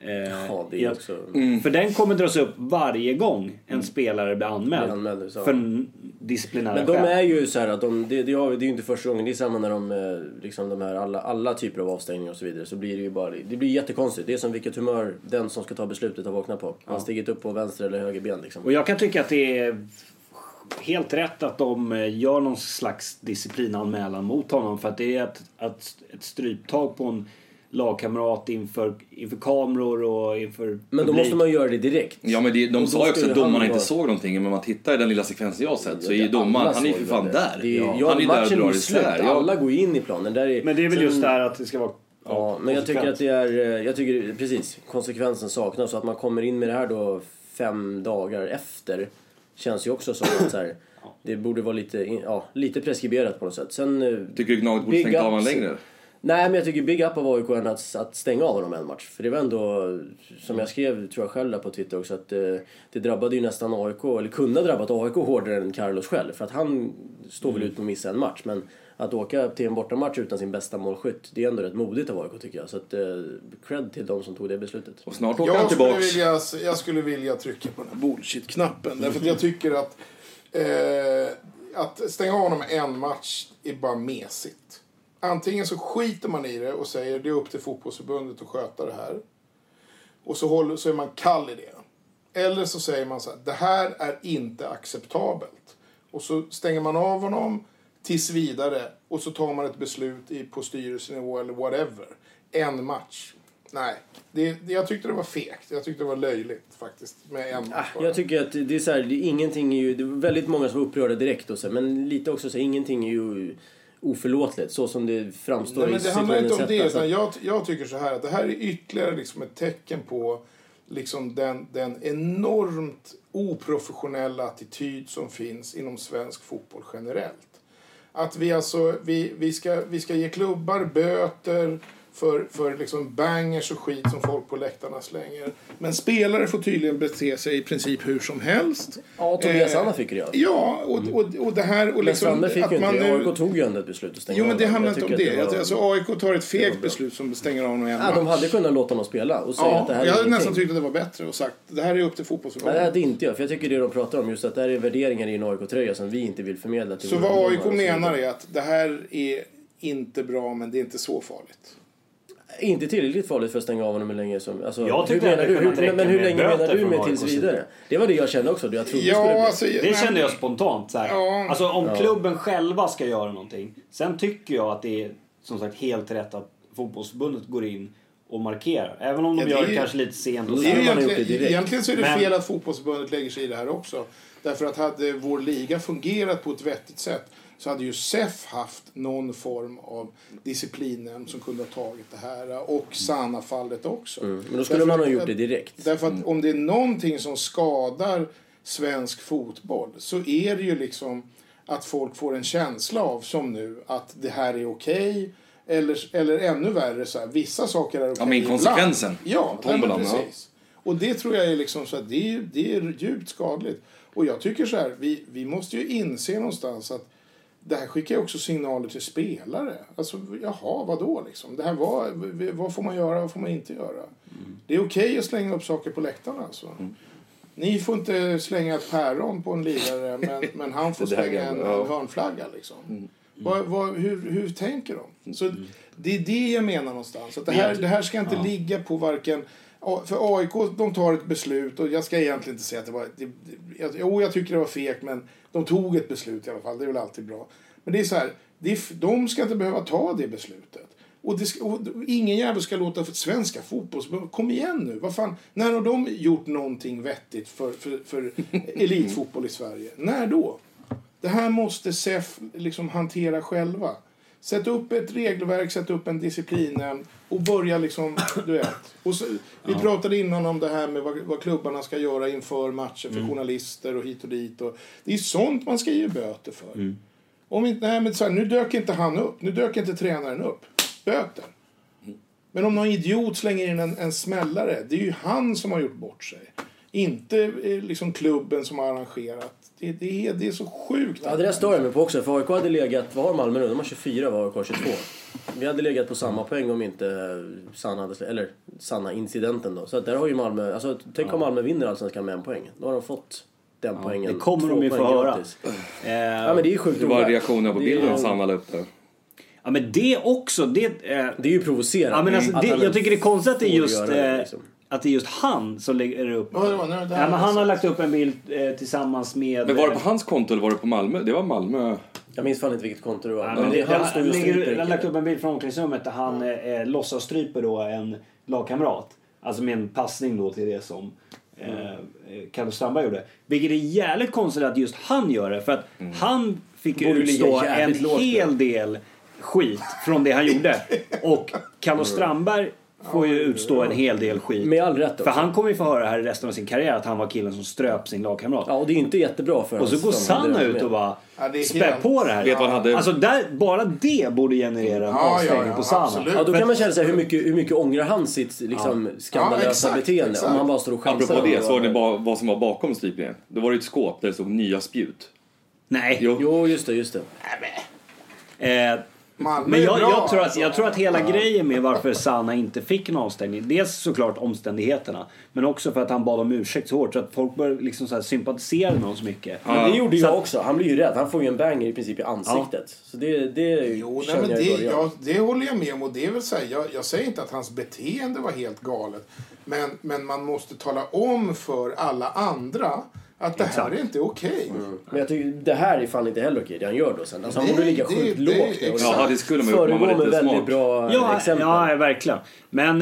Det är också... För den kommer dras upp varje gång en spelare blir anmäld för disciplinära men de är ju så här att det är ju inte första gången. Det är samma när de liksom de här alla typer av avstängningar och så vidare, så blir det ju bara det blir jättekonstigt. Det är som vilket humör den som ska ta beslutet har vaknat på. Han stigit upp på vänster eller höger ben liksom. Och jag kan tycka att det är helt rätt att de gör någon slags disciplinanmälan mot honom, för att det är ett stryptag på en lagkamrat inför kameror och inför men publik. då måste man göra det direkt. Ja, men de sa ju också att domarna inte såg någonting, men man tittar i den lilla sekvensen jag har sett så är ju domaren, han är ju för fan där. Han är där och drar isär. Alla går in i planen. Men det är väl just där att det ska vara men jag tycker att det är precis, konsekvensen saknas, så att man kommer in med det här då 5 dagar efter känns ju också som att så här, det borde vara lite preskriberat på något sätt. Sen tycker du Gnaget borde stängt av honom längre? Nej, men jag tycker Big Up av AIK ändå att stänga av honom en match. För det var ändå, som jag skrev tror jag själv där på Twitter också, att det drabbade ju nästan AIK, eller kunde ha drabbat AIK hårdare än Carlos själv. För att han står väl ut på att missa en match, men att åka till en bortamatch utan sin bästa målskytt, det är ändå rätt modigt av AIK tycker jag. Så att cred till de som tog det beslutet. Och snart åker han tillbaks. Jag skulle vilja trycka på den här bullshit-knappen. Därför att jag tycker att stänga av honom en match är bara mesigt. Antingen så skiter man i det och säger det är upp till fotbollsförbundet att sköta det här. Och så är man kall i det. Eller så säger man så här, det här är inte acceptabelt. Och så stänger man av honom tills vidare. Och så tar man ett beslut på styrelsenivå eller whatever. En match. Nej, jag tyckte det var fegt. Jag tyckte det var löjligt faktiskt med en match. Jag tycker att det är så här, ingenting är ju, det är väldigt många som var upprörda direkt och så, men lite också så ingenting är ju oförlåtligt så som det framstår. Nej, men det handlar inte om det, utan jag tycker så här att det här är ytterligare liksom ett tecken på liksom den enormt oprofessionella attityd som finns inom svensk fotboll generellt. Att vi ska ge klubbar böter för liksom bangers och skit som folk på läktarna slänger. Men spelare får tydligen bete sig i princip hur som helst. Ja, Tobias Anna fick det. Ja, och det här... Och liksom, men fick ju inte. AIK tog ju ändå ett beslut att stänga av. Jo, men det handlar inte om det. Alltså, AIK tar ett fegt beslut som stänger av någon de hade kunnat låta honom spela och säga att det här jag hade nästan tyckt att det var bättre och sagt det här är upp till fotbollsförbundet. Nej, det är inte jag. För jag tycker det de pratar om just att det här är värderingar i en AIK-tröja som vi inte vill förmedla till. Så vad AIK menar är att det här är inte bra, men det är inte så farligt. Inte tillräckligt farligt för att stänga av honom hur länge som... Alltså, jag tyckte men hur länge menar du med tills vidare? Det var det jag kände också. Jag trodde det kände jag spontant. Så här. Ja. Alltså om klubben själva ska göra någonting. Sen tycker jag att det är som sagt helt rätt att fotbollsförbundet går in och markerar. Även om de gör det kanske lite sent. Och egentligen så är det fel att fotbollsförbundet lägger sig i det här också. Därför att hade vår liga fungerat på ett vettigt sätt så hade ju SEF haft någon form av disciplinen som kunde ha tagit det här. Och Sanna-fallet också. Men då skulle man ha gjort det direkt. Därför att om det är någonting som skadar svensk fotboll så är det ju liksom att folk får en känsla av, som nu, att det här är okej. Eller ännu värre så här, vissa saker är okej. Ja, men konsekvensen. Ja, precis. Och det tror jag är liksom så att det är djupt skadligt. Och jag tycker så här, vi måste ju inse någonstans att det här skickar ju också signaler till spelare. Alltså, jaha, vadå liksom? Det här vad får man göra, vad får man inte göra? Det är okej att slänga upp saker på läktarna alltså. Ni får inte slänga ett päron på en lirare, men han får slänga en hörnflagga liksom. Hur tänker de? Så det är det jag menar någonstans. Att det här ska inte ligga på varken... För AIK, de tar ett beslut, och jag ska egentligen inte säga att det var... jag tycker det var fegt, men de tog ett beslut i alla fall. Det är väl alltid bra. Men det är så här, de ska inte behöva ta det beslutet. Och ingen jävel ska låta för svenska fotbollsförbund. Kom igen nu, vad fan? När har de gjort någonting vettigt för elitfotboll i Sverige? När då? Det här måste SEF liksom hantera själva. Sätt upp ett regelverk, sätt upp en disciplin och börja liksom, du vet. Och så, vi pratade innan om det här med vad klubbarna ska göra inför matcher för journalister och hit och dit. Och det är sånt man ska ge böter för. Om inte, men så här, nu dök inte han upp, nu dök inte tränaren upp. Böter. Men om någon idiot slänger in en smällare, det är ju han som har gjort bort sig. Inte liksom klubben som har arrangerat. Det är så sjukt. Ja, det där står jag med på också. För AIK hade legat, vad har Malmö nu? De har 24, var AIK 22. Vi hade legat på samma poäng om inte Sanna incidenten då. Så att där har ju Malmö, alltså tänk om Malmö vinner Allsvenskan med en poäng. Då har de fått den poängen. Det kommer de ju få höra. Ja, men det är ju sjukt. Det var reaktioner på bilden Sanna la upp där. Ja, men det också, det är ju provocerande. Ja, men alltså, jag tycker det är konstigt att det är just att det är just han som lägger upp. Men han har lagt upp en bild tillsammans med... Men var det på hans konto eller var det på Malmö? Det var Malmö. Jag minns fan inte vilket konto det var. Men han har lagt upp en bild från omklädningsrummet där han låtsas stryper då en lagkamrat. Alltså med en passning då till det som Carlos Strandberg gjorde. Vilket är jävligt konstigt att just han gör det. För att han fick utstå en hel del skit från det han gjorde. Och Carlos Strandberg får ju utstå en hel del skit. Med all rätt också. För han kommer ju få höra här resten av sin karriär att han var killen som ströp sin lagkamrat. Ja, och det är inte jättebra för och så går Sanna ut och bara spär på det här. Vet vad han hade... Alltså bara det borde generera en avstängning på Sanna. Ja, då kan man känna sig hur mycket ångrar han sitt liksom, skandalösa beteende. Exakt. Om han bara står och chansar. Apropå det, såg ni vad som var bakom strypningen? Det var ju ett skåp där det stod nya spjut. Nej. Jo, just det. Men jag tror att hela grejen med varför Sanna inte fick en avstängning, dels såklart omständigheterna, men också för att han bad om ursäkt så hårt så att folk började liksom så här sympatisera med honom så mycket. Men det gjorde jag också. Han blir ju rädd. Han får ju en banger i princip i ansiktet. Så det håller jag med om, och det är väl så här, jag säger inte att hans beteende var helt galet, men man måste tala om för alla andra att det här är inte okej. Men jag tycker det här är fan inte heller okej. Det han gör då sen. Alltså han borde ligga sjukt lågt. Ja, det skulle man gjort. Man var lite smart. Bra exempel. Ja, verkligen. Men,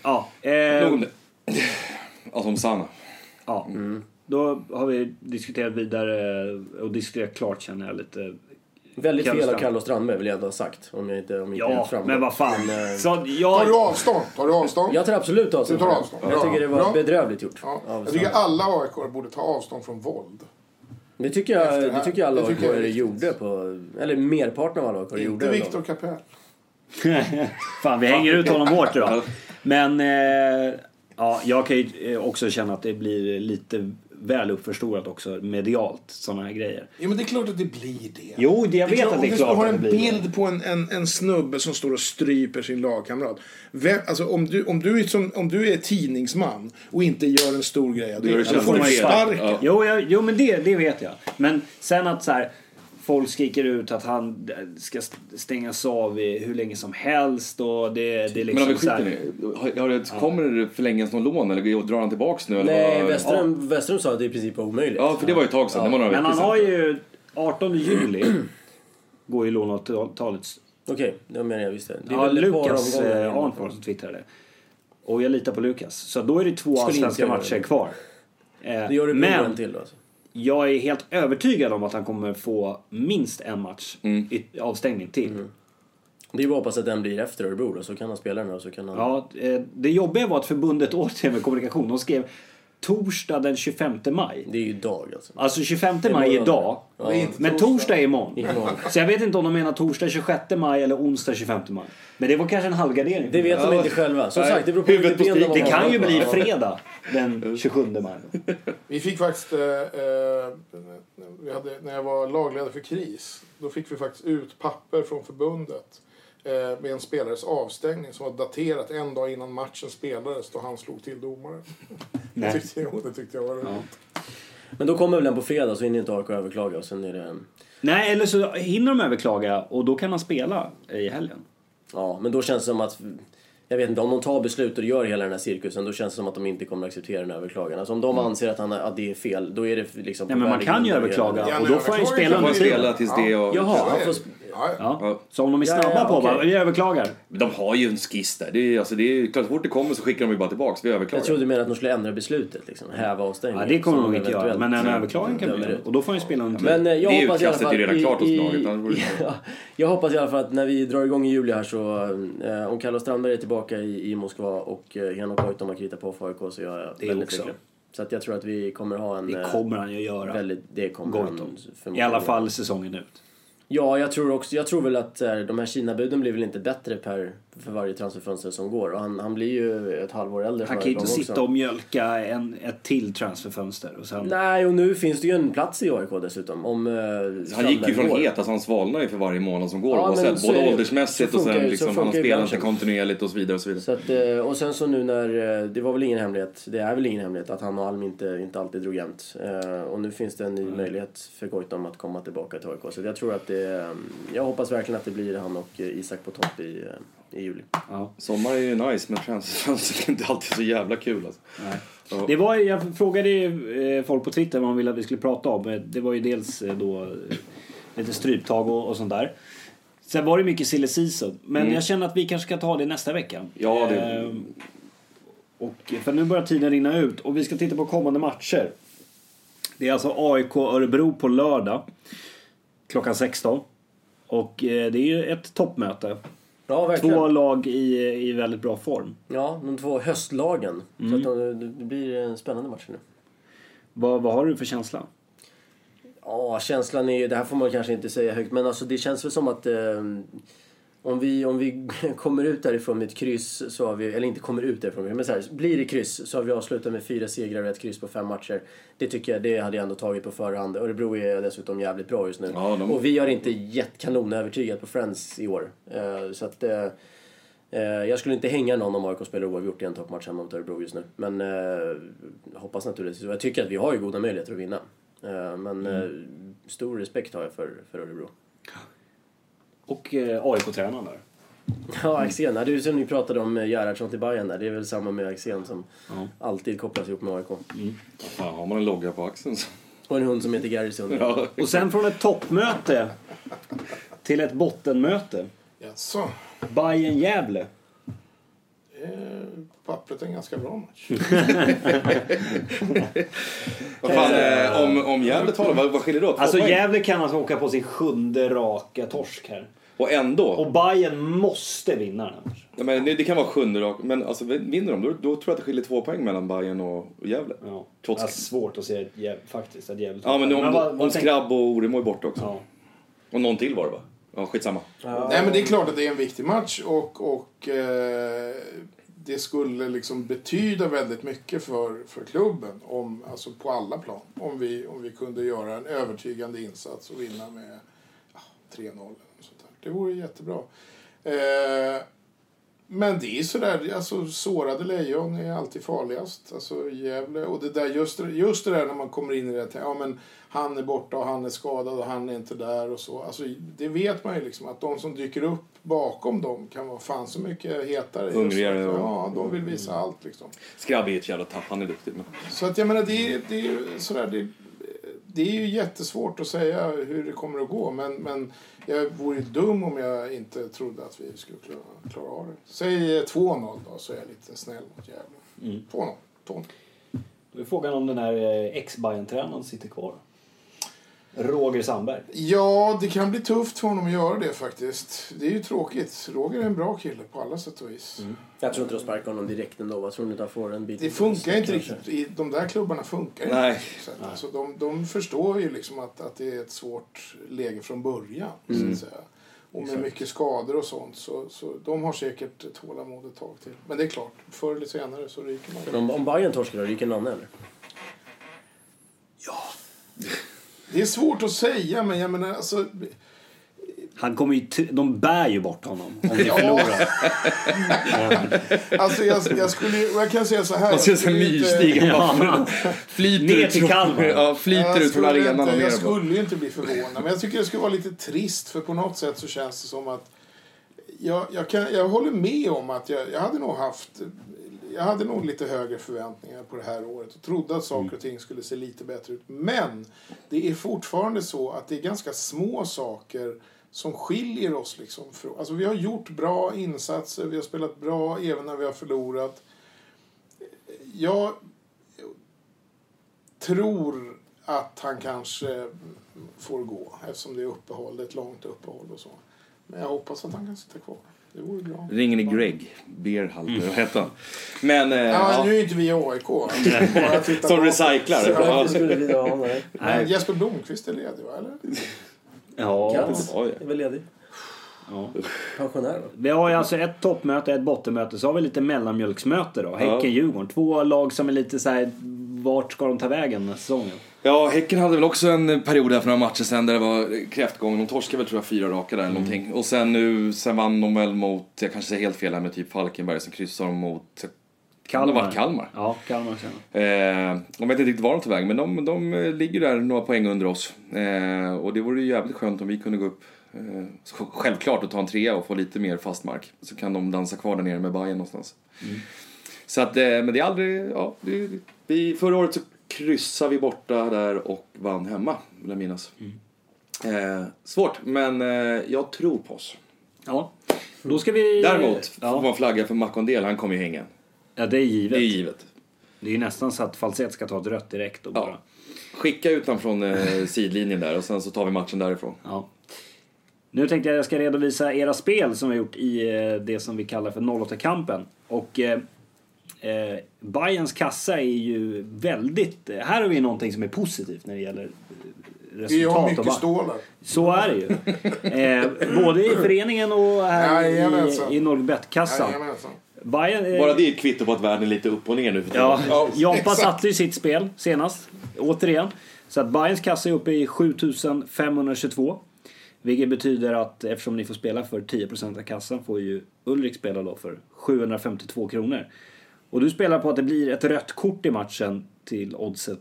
alltså om Sanna. Ja. Då har vi diskuterat vidare och diskuterat klart, känner jag lite. Väldigt fel av Carlos Strandberg vill jag ändå ha sagt. Om jag inte men vad fan. Tar du avstånd? Jag tar absolut avstånd. Jag tycker det var bedrövligt gjort. Ja. Jag tycker alla AIK borde ta avstånd från våld. Det tycker jag alla AIK gjorde på... Eller merparten av alla AIK gjorde. Inte Victor Capell. Fan, vi hänger ut honom hårt då. Men jag kan ju också känna att det blir lite väl uppförstorat också medialt, sådana här grejer. Jo, men det är klart att det blir det. Jo, jag vet att det är klart att det blir det. Om du har en bild på en snubbe som står och stryper sin lagkamrat. Alltså om du är tidningsman och inte gör en stor grej, då får du sparken. Jo, men det vet jag. Men sen att så här, folk skriker ut att han ska stängas av hur länge som helst och det är liksom. Men har det kommer det förlängas någon lån eller drar han tillbaks nu? Nej, eller Westerholm sa att det i princip var omöjligt. Ja, för det var ju ett tag sedan. Det var några men han sedan. har ju 18 juli går ju låneavtalet. Okej, det menar jag visst det. Det är Ja, väl ett par Lukas omgångar Arnfors som twittrade. Och jag litar på Lukas. Så då är det 2 allsvenska matcher kvar. Det gör det men till alltså. jag är helt övertygad om att han kommer få minst en match i avstängning till. Det är bara hoppas att den blir efter Örebro då, så kan han spela den och så kan han... Ja, det jobbiga var att förbundet återigen med kommunikation, de skrev torsdag den 25 maj. Det är ju idag alltså. Alltså 25 maj är idag. Ja. Men torsdag är imorgon. Imorgon. Så jag vet inte om de menar torsdag 26 maj eller onsdag 25 maj. Men det var kanske en halvgardering. Det vet de inte själva. Som sagt, det beror på Huvudet på vilket ben de Det har. kan ju bli fredag den 27 maj. Vi fick faktiskt, när jag var lagledare för KRIS, då fick vi faktiskt ut papper från förbundet med en spelares avstängning som var daterat en dag innan matchen spelades då han slog till domaren. Det tyckte jag var roligt. Men då kommer väl den på fredag så hinner inte AIK överklaga och sen är det... Nej, eller så hinner de överklaga och då kan han spela i helgen. Ja, men då känns det som att... Jag vet inte, om de tar beslut och gör hela den här cirkusen, då känns det som att de inte kommer att acceptera den här överklagan. Alltså om de anser att det är fel, då är det liksom... Nej, men man kan ju överklaga Ja, och då får han ju spela Man under spelar tiden. tills det och... Jaha, han får... Ja. Så om de är snabba på okej. bara, vi överklagar. De har ju en skiss där. Det är klart, så fort det kommer så skickar de ju bara tillbaks. Vi överklagar. Jag trodde du menade att de skulle ändra beslutet, liksom. Häva avstängningen. Ja, det kommer Som de inte göra. eventuellt- Men en överklagan kan vi göra. Och då får han ju spela under tiden. Men jag Det hoppas i alla utkastet fall är ju redan klart hos laget, annars vore det- ja, jag hoppas i alla fall att när vi drar igång i juli här så om Carlos Strandberg är tillbaka i Moskva och Henok Goitom har kritat på för AIK så är jag Det väldigt också. lycklig. Så att jag tror att vi kommer ha en Det kommer han ju göra. det kommer han Goitom. I förmodligen alla fall säsongen ut. Ja, jag tror väl att de här Kina-buden blir väl inte bättre för varje transferfönster som går. Och han blir ju ett halvår äldre. Han kan ju inte sitta och mjölka ett till transferfönster. Och sen... Nej, och nu finns det ju en plats i AIK dessutom. Han gick ju från het, alltså han svalnar ju för varje månad som går. Ja, men oavsett, så både är det. åldersmässigt Så och sen funkar- liksom, så han funkar ju spelar inte branschen. kontinuerligt och så vidare och så vidare. Så att, och sen så nu när, det var väl ingen hemlighet, det är väl ingen hemlighet att han och Alm inte alltid drog jämnt. Och nu finns det en ny möjlighet för Goitom att komma tillbaka till AIK. Så jag tror att jag hoppas verkligen att det blir han och Isak på topp i juli. Ja. Sommar är ju nice, men transferfönster är inte alltid så jävla kul alltså. Nej. Ja. Det var, jag frågade ju folk på Twitter vad de ville att vi skulle prata om. Det var ju dels då lite stryptag och sånt där. Sen var det mycket silly season. Men jag känner att vi kanske ska ta det nästa vecka. Ja, det... Och för nu börjar tiden rinna ut. Och vi ska titta på kommande matcher. Det är alltså AIK Örebro på lördag. Klockan 16. Och det är ju ett toppmöte. Ja, verkligen. 2 lag i väldigt bra form. Ja, de 2 höstlagen. Så att det blir en spännande match nu. Vad har du för känsla? Ja, känslan är ju, det här får man kanske inte säga högt, men alltså det känns väl som att om vi kommer ut därifrån med ett kryss så har vi, eller inte kommer ut därifrån, men så här, blir det kryss så har vi avslutat med 4 segrar och 1 kryss på 5 matcher. Det tycker jag, det hade jag ändå tagit på förhand. Örebro är dessutom jävligt bra just nu. Ja, och vi har inte gett kanon övertygat på Friends i år. Så att jag skulle inte hänga någon om AIK spelar oavgjort i en toppmatch hemma mot Örebro just nu. Men hoppas naturligtvis. Jag tycker att vi har ju goda möjligheter att vinna. Men stor respekt har jag för Örebro. Och AIK-tränaren där. Ja, Axén. Du som ni pratade om Gerhardsson till Bayern där. Det är väl samma med Axén som alltid kopplas ihop med AIK. Fan, har man en logga på axeln så... Och en hund som heter Garrison. Ja. Och sen från ett toppmöte till ett bottenmöte. Jaså? Bayern Gävle. Pappret är en ganska bra match. Vad fan, om Gävle talar, vad skiljer det åt? 2 Alltså poäng. Gävle kan alltså åka på sin 7:e raka torsk här. Och ändå. Och Bayern måste vinna den här matchen. Ja, men det kan vara 7:e rak, men alltså vinner de, då tror jag att det skiljer 2 poäng mellan Bayern och Gävle. Ja. Trots... Det är svårt att se faktiskt att Gävle... Ja, men om vad Skrabb och Oremo är borta också. Ja. Och någon till var det va? Ja, skitsamma. Nej, men det är klart att det är en viktig match och det skulle liksom betyda väldigt mycket för klubben om, alltså på alla plan. Om vi kunde göra en övertygande insats och vinna med 3-0 eller sånt där. Det vore jättebra. Men det är sådär, alltså sårade lejon är alltid farligast. Alltså Gävle, och det där, just det där när man kommer in i det, ja men han är borta och han är skadad och han är inte där och så. Alltså det vet man ju liksom, att de som dyker upp bakom dem kan vara fan så mycket hetare. Hungrigare. Ja, de vill visa allt liksom. Skrabb är ett jävla tapp, han är duktig. Men... Så att jag menar, det är ju sådär, det är ju jättesvårt att säga hur det kommer att gå, men jag vore dum om jag inte trodde att vi skulle klara av det. Säg 2-0 då, så är jag lite snäll mot Gävle. 2-0. Då är frågan om den här ex-Bayern-tränaren sitter kvar. Roger Sandberg. Ja, det kan bli tufft för honom att göra det faktiskt. Det är ju tråkigt. Roger är en bra kille på alla sätt och vis. Jag tror inte de sparkar honom direkt ändå. Jag tror inte att får en bit. Det funkar inte riktigt. De där klubbarna funkar inte. Nej. Alltså, de förstår ju liksom att det är ett svårt läge från början. Så att säga. Och med mycket skador och sånt. Så de har säkert tålamod ett tag till. Men det är klart, förr eller senare så ryker man. Om Bayern torskar då, ryker någon eller? Ja. Det är svårt att säga, men jag menar alltså... Han kommer ju de bär ju bort honom om de förlorar. Alltså jag kan säga så här. Man ser så myrstiga flyter ner ut till Kalmar. Ja, flyter ut från arenan och ner. Jag skulle ju inte bli förvånad, men jag tycker det skulle vara lite trist, för på något sätt så känns det som att jag håller med om att jag hade nog lite högre förväntningar på det här året och trodde att saker och ting skulle se lite bättre ut. Men det är fortfarande så att det är ganska små saker som skiljer oss liksom från. Alltså vi har gjort bra insatser, vi har spelat bra även när vi har förlorat. Jag tror att han kanske får gå, eftersom det är uppehåll, ett långt uppehåll och så. Men jag hoppas att han kan sitta kvar. Det vore bra. Ringer ni Greg Berhalter, vad heter han? Men, nu är inte vi i AIK. Som recyclar. Ja, skulle vi ha honom. Men Jesper Blomqvist är ledig, va? Eller? Ja, är väl ledig. Ja. Pensionär då. Vi har ju alltså ett toppmöte, ett bottenmöte. Så har vi lite mellanmjölksmöte då. Häcken-Djurgården. 2 lag som är lite så här, vart ska de ta vägen den säsongen? Ja, Häcken hade väl också en period här för några matcher sen där det var kräftgång. De torskade väl tror jag 4 raka där eller någonting. Och sen vann de väl mot, jag kanske säger helt fel här med typ Falkenberg, som kryssar de mot Kalmar. Ja, Kalmar sen. De vet inte riktigt var de tog väg, men de ligger där några poäng under oss. Och det vore ju jävligt skönt om vi kunde gå upp självklart och ta en 3 och få lite mer fast mark. Så kan de dansa kvar där nere med Bayern någonstans. Så att, men det är aldrig, ja, förra året så kryssade vi borta där och vann hemma, vill jag minnas. Svårt, men jag tror på oss. Ja, då ska vi... Däremot får man flagga för Makondel, han kommer ju hänga. Ja, det är givet. Det är givet. Det är ju nästan så att Falsett ska ta ett rött direkt och bara... Skicka ut honom från sidlinjen där och sen så tar vi matchen därifrån. Ja. Nu tänkte jag ska redovisa era spel som vi har gjort i det som vi kallar för 08-kampen. Och Bayerns kassa är ju väldigt... Här har vi någonting som är positivt när det gäller resultat. Vi har mycket stålar. Så är det ju. Både i föreningen och här i Norrbet-kassan. Bayern, bara det är ett kvitto på att världen är lite upp och ner nu. Jampa satte ju sitt spel senast. Återigen. Så att Bayerns kassa är uppe i 7522. Vilket betyder att eftersom ni får spela för 10% av kassan får ju Ulrik spela då för 752 kronor. Och du spelar på att det blir ett rött kort i matchen till oddset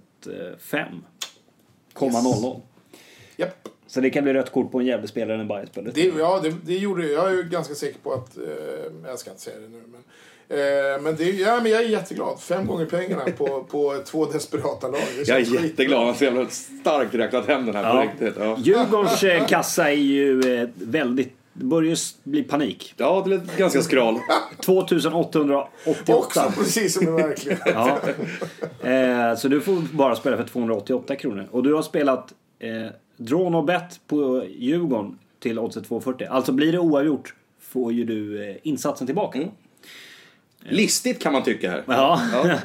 5,00. Japp. Så det kan bli rött kort på en jävla spelare än en Bayern-spelare. Det gjorde jag. Jag är ganska säker på att... jag ska inte säga det nu, men jag är jätteglad. 5 gånger pengarna på 2 desperata lag. Jag är jätteglad. Man ser starkt räknat hem den här på riktigt. Ja. Djurgårdens kassa är ju väldigt... Det börjar bli panik. Ja, det är ganska skral. 2888. Också precis som det verkligen. Ja. Så du får bara spela för 288 kronor. Och du har spelat draw no bet på Djurgården till oddset 240. Alltså blir det oavgjort får ju du insatsen tillbaka. Listigt kan man tycka här. Ja.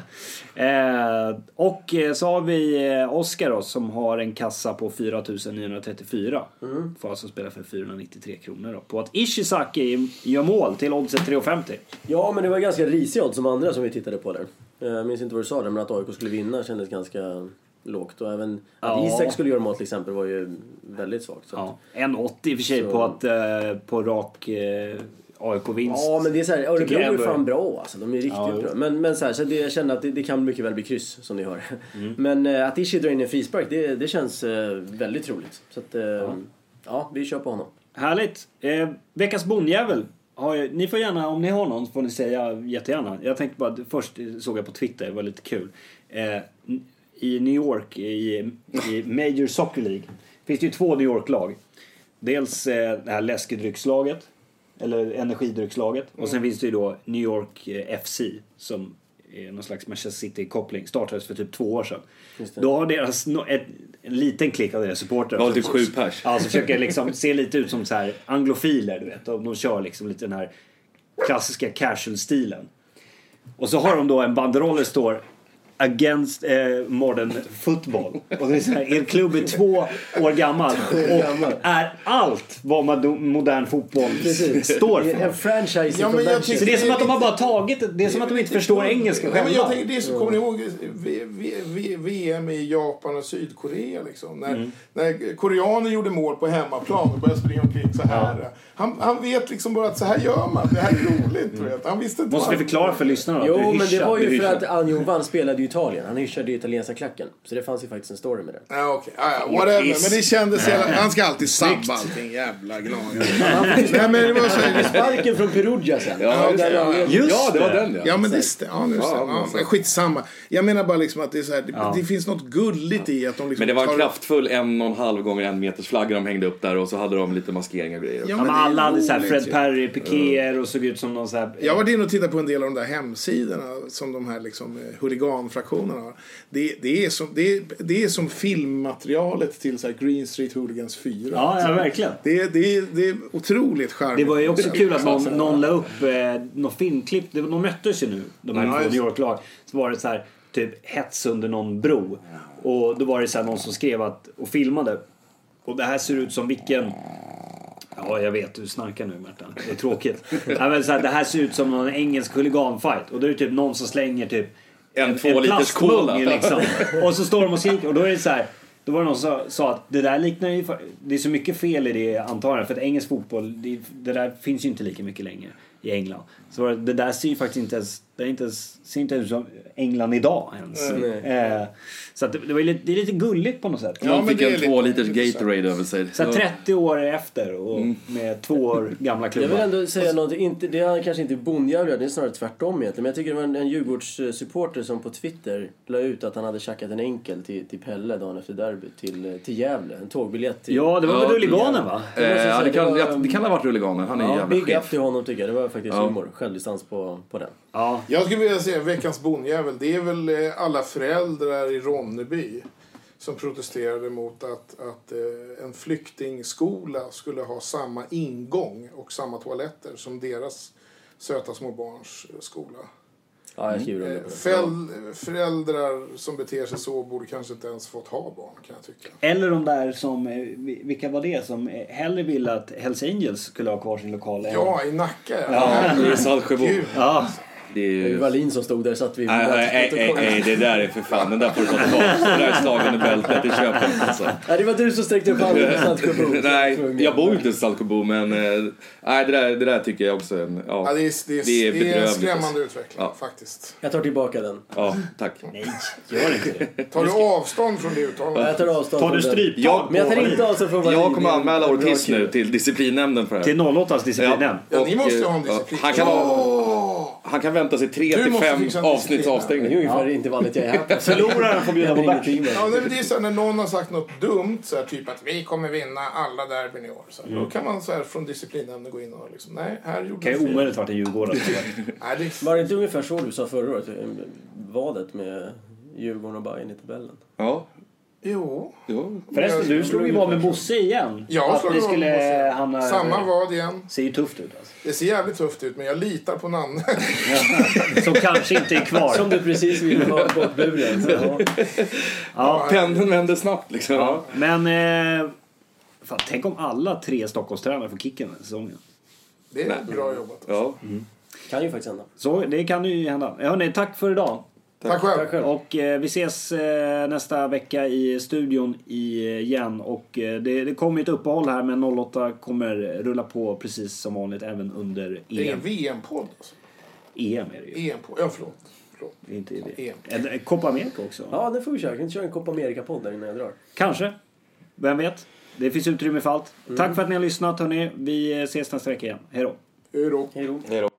Och så har vi Oskar då, som har en kassa på 4934. Får alltså spela för 493 kronor då, på att Ishizaki gör mål till oddset 3,50. Ja, men det var ganska risig odds som andra som vi tittade på där. Jag minns inte vad du sa där, men att AIK skulle vinna kändes ganska lågt. Och även att Isak skulle göra mål till exempel var ju väldigt svagt. Så 1,80 i och för sig på att på rak AIK-vinst. Ja, men det är så här, Örebro är ändå fan bra alltså. De är riktigt bra. Men så det, jag känner att det kan mycket väl bli kryss, som ni hör. Men att Ishi drar in en frispark, det känns väldigt troligt. Så att, ja, vi kör på honom. Härligt. Veckans bondjävel. Ni får gärna, om ni har någon, får ni säga jättegärna. Jag tänkte bara, först såg jag på Twitter, det var lite kul. I New York, i Major Soccer League, finns det ju 2 New York-lag. Dels det här läskedryckslaget, eller energidryckslaget. Och sen finns det ju då New York FC, som är någon slags Manchester City-koppling. Startades för typ 2 år sedan. Då har deras en liten klick av deras supportrar. Ja, typ 7 pers. Ja, så försöker liksom se lite ut som så här anglofiler, du vet. Och de kör liksom lite den här klassiska casual-stilen. Och så har de då en banderoll där står Against modern football. Och det är så här, er klubb är 2 år gammal och är allt vad modern fotboll står för. En franchise. Ja, men jag Så det är som att de har bara tagit, det är som att de inte förstår engelska själva. Men jag tänker, det är så, kommer ni ihåg VM i Japan och Sydkorea liksom, när koreaner gjorde mål på hemmaplan och började springa omkring så här. Han vet liksom bara att så här gör man, det här är roligt, vet. Han visste inte. Måste vi förklara för lyssnarna? Jo, men det var ju för att Anjovan spelade i Italien. Han hyschade i italienska klacken. Så det fanns ju faktiskt en story med det. Ja, okej. Whatever. Men det kändes han ska alltid sabba allting, jävla gnagare. Nej, men det var så här. Sparken från Perugia sen. Ja, det var den. Ja, men det skitsamma. Jag menar bara liksom att det är så här, det finns något gulligt i att de liksom. Men det var en kraftfull 1,5 gånger 1 meters flagga de hängde upp där, och så hade de lite maskeringar och grejer. Ja, men alla hade så här Fred Perry, Piquer och såg ut som någon så här. Jag var inne och tittade på en del av de där hemsidorna som de här liksom huliganfraktionerna har. Det är som filmmaterialet till så här Green Street Hooligans 4. Ja, verkligen. Det är otroligt charmigt. Det var ju också kul att någon la upp någon filmklipp. De möttes ju nu, de här 2 New York-lag. Så var det så här typ hets under någon bro. Och då var det så här någon som skrev och filmade. Och det här ser ut som vilken. Ja, jag vet, du snarkar nu, Märta. Det är tråkigt. Ja, men så här, det här ser ut som någon engelsk huliganfight. Och då är det typ någon som slänger typ en 2 liters cola liksom. Och så står de och skriker. Och då är det så här. Då var det någon som sa att det där liknar ju. Det är så mycket fel i det, antar jag. För att engelsk fotboll, det där finns ju inte lika mycket längre i England. Så det där ser ju faktiskt inte ens. Ser inte ut som England idag ens. Så att det är lite gulligt på något sätt. Man fick en 2 liters Gatorade över sig. Så 30 år efter och med 2 år gamla klubbar. Jag vill ändå säga något, det är kanske inte bondjävlar, det är snarare tvärtom egentligen. Men jag tycker det var en Djurgårdssupporter som på Twitter la ut att han hade tjackat en enkel till Pelle dagen efter derby till Gävle. En tågbiljett till. Ja, det var väl Rulliganen, va? Det kan ha varit Rulliganen. Han är jävla big chef. up till honom tycker jag. Det var faktiskt humor. Självdistans på den. Ja. Jag skulle vilja säga veckans bondjävel. Det är väl alla föräldrar i Ronneby som protesterade mot att en flyktingskola skulle ha samma ingång och samma toaletter som deras söta små barns skola. Ja, jag skriver under på det. Föräldrar som beter sig så borde kanske inte ens fått ha barn, kan jag tycka. Eller de där som, vilka var det som hellre ville att Hells Angels skulle ha kvar sin lokal? Ja, i Nacka. I Saltsjöbo. Ja. Det är ju Wallin som stod där, satt vi. Nej, det där är för fan. Den där får du ta tillbaka. Det där är slagen i bältet, det köper jag inte, alltså. Nej, det var du som sträckte upp handen på Saltsjöbo. Nej, jag bor ju inte i Saltsjöbo, men nej, det där tycker jag också. Ja, det är en skrämmande utveckling, faktiskt. Jag tar tillbaka den. Ja, tack. Nej, gör inte det. Tar du avstånd från det uttalandet? Jag tar avstånd. Tar du stryptag? Men jag tar inte avstånd från Wallin. Jag kommer anmäla Ortiz nu till disciplinnämnden för det här. Till 08:s disciplinnämnd. Ja, ni måste ha en disciplin. Han kan vänta sig 3-5 avsnitts avstängning. Det är ungefär inte vanligt jag är här. Förloraren får bjuda på bärs. Ja, det är så här, när någon har sagt något dumt, så här, typ att vi kommer vinna alla derbyn i år. Så här, då kan man så här, från disciplinnämnden gå in och liksom, nej, här gjorde kan ju omöjligt varit en Djurgården. Var det inte ungefär så du sa förra året? Vadet med Djurgården och Bayern i tabellen. Ja. Jo. Förresten, du slog ju var med Bosse igen. Ja, att ni skulle hamna. Samma vad igen. Ser ju tufft ut alltså. Det ser jävligt tufft ut, men jag litar på Nanne. Som kanske inte är kvar. Som du precis ville ha bort buren. Ja. Pendeln vänder snabbt liksom. Ja. Men fan, tänk om alla 3 Stockholmstränare får kicken den här säsongen. Det är bra jobbat. Ja. Kan ju faktiskt hända. Så det kan ju hända. Hörrni, tack för idag. Tack själv. Och vi ses nästa vecka i studion igen. Och det kommer ett uppehåll här, men 08 kommer rulla på precis som vanligt även under EM. Det är en VM-podd alltså. EM är det ju. EM-podd, ja förlåt. Inte EM. En Copa America också. Ja, det får vi köra. Jag kan inte köra en Copa America-podd där innan jag drar. Kanske. Vem vet? Det finns utrymme för allt. Tack för att ni har lyssnat, hörni. Vi ses nästa vecka igen. Hej då. Hej då. Hej då. Hej då.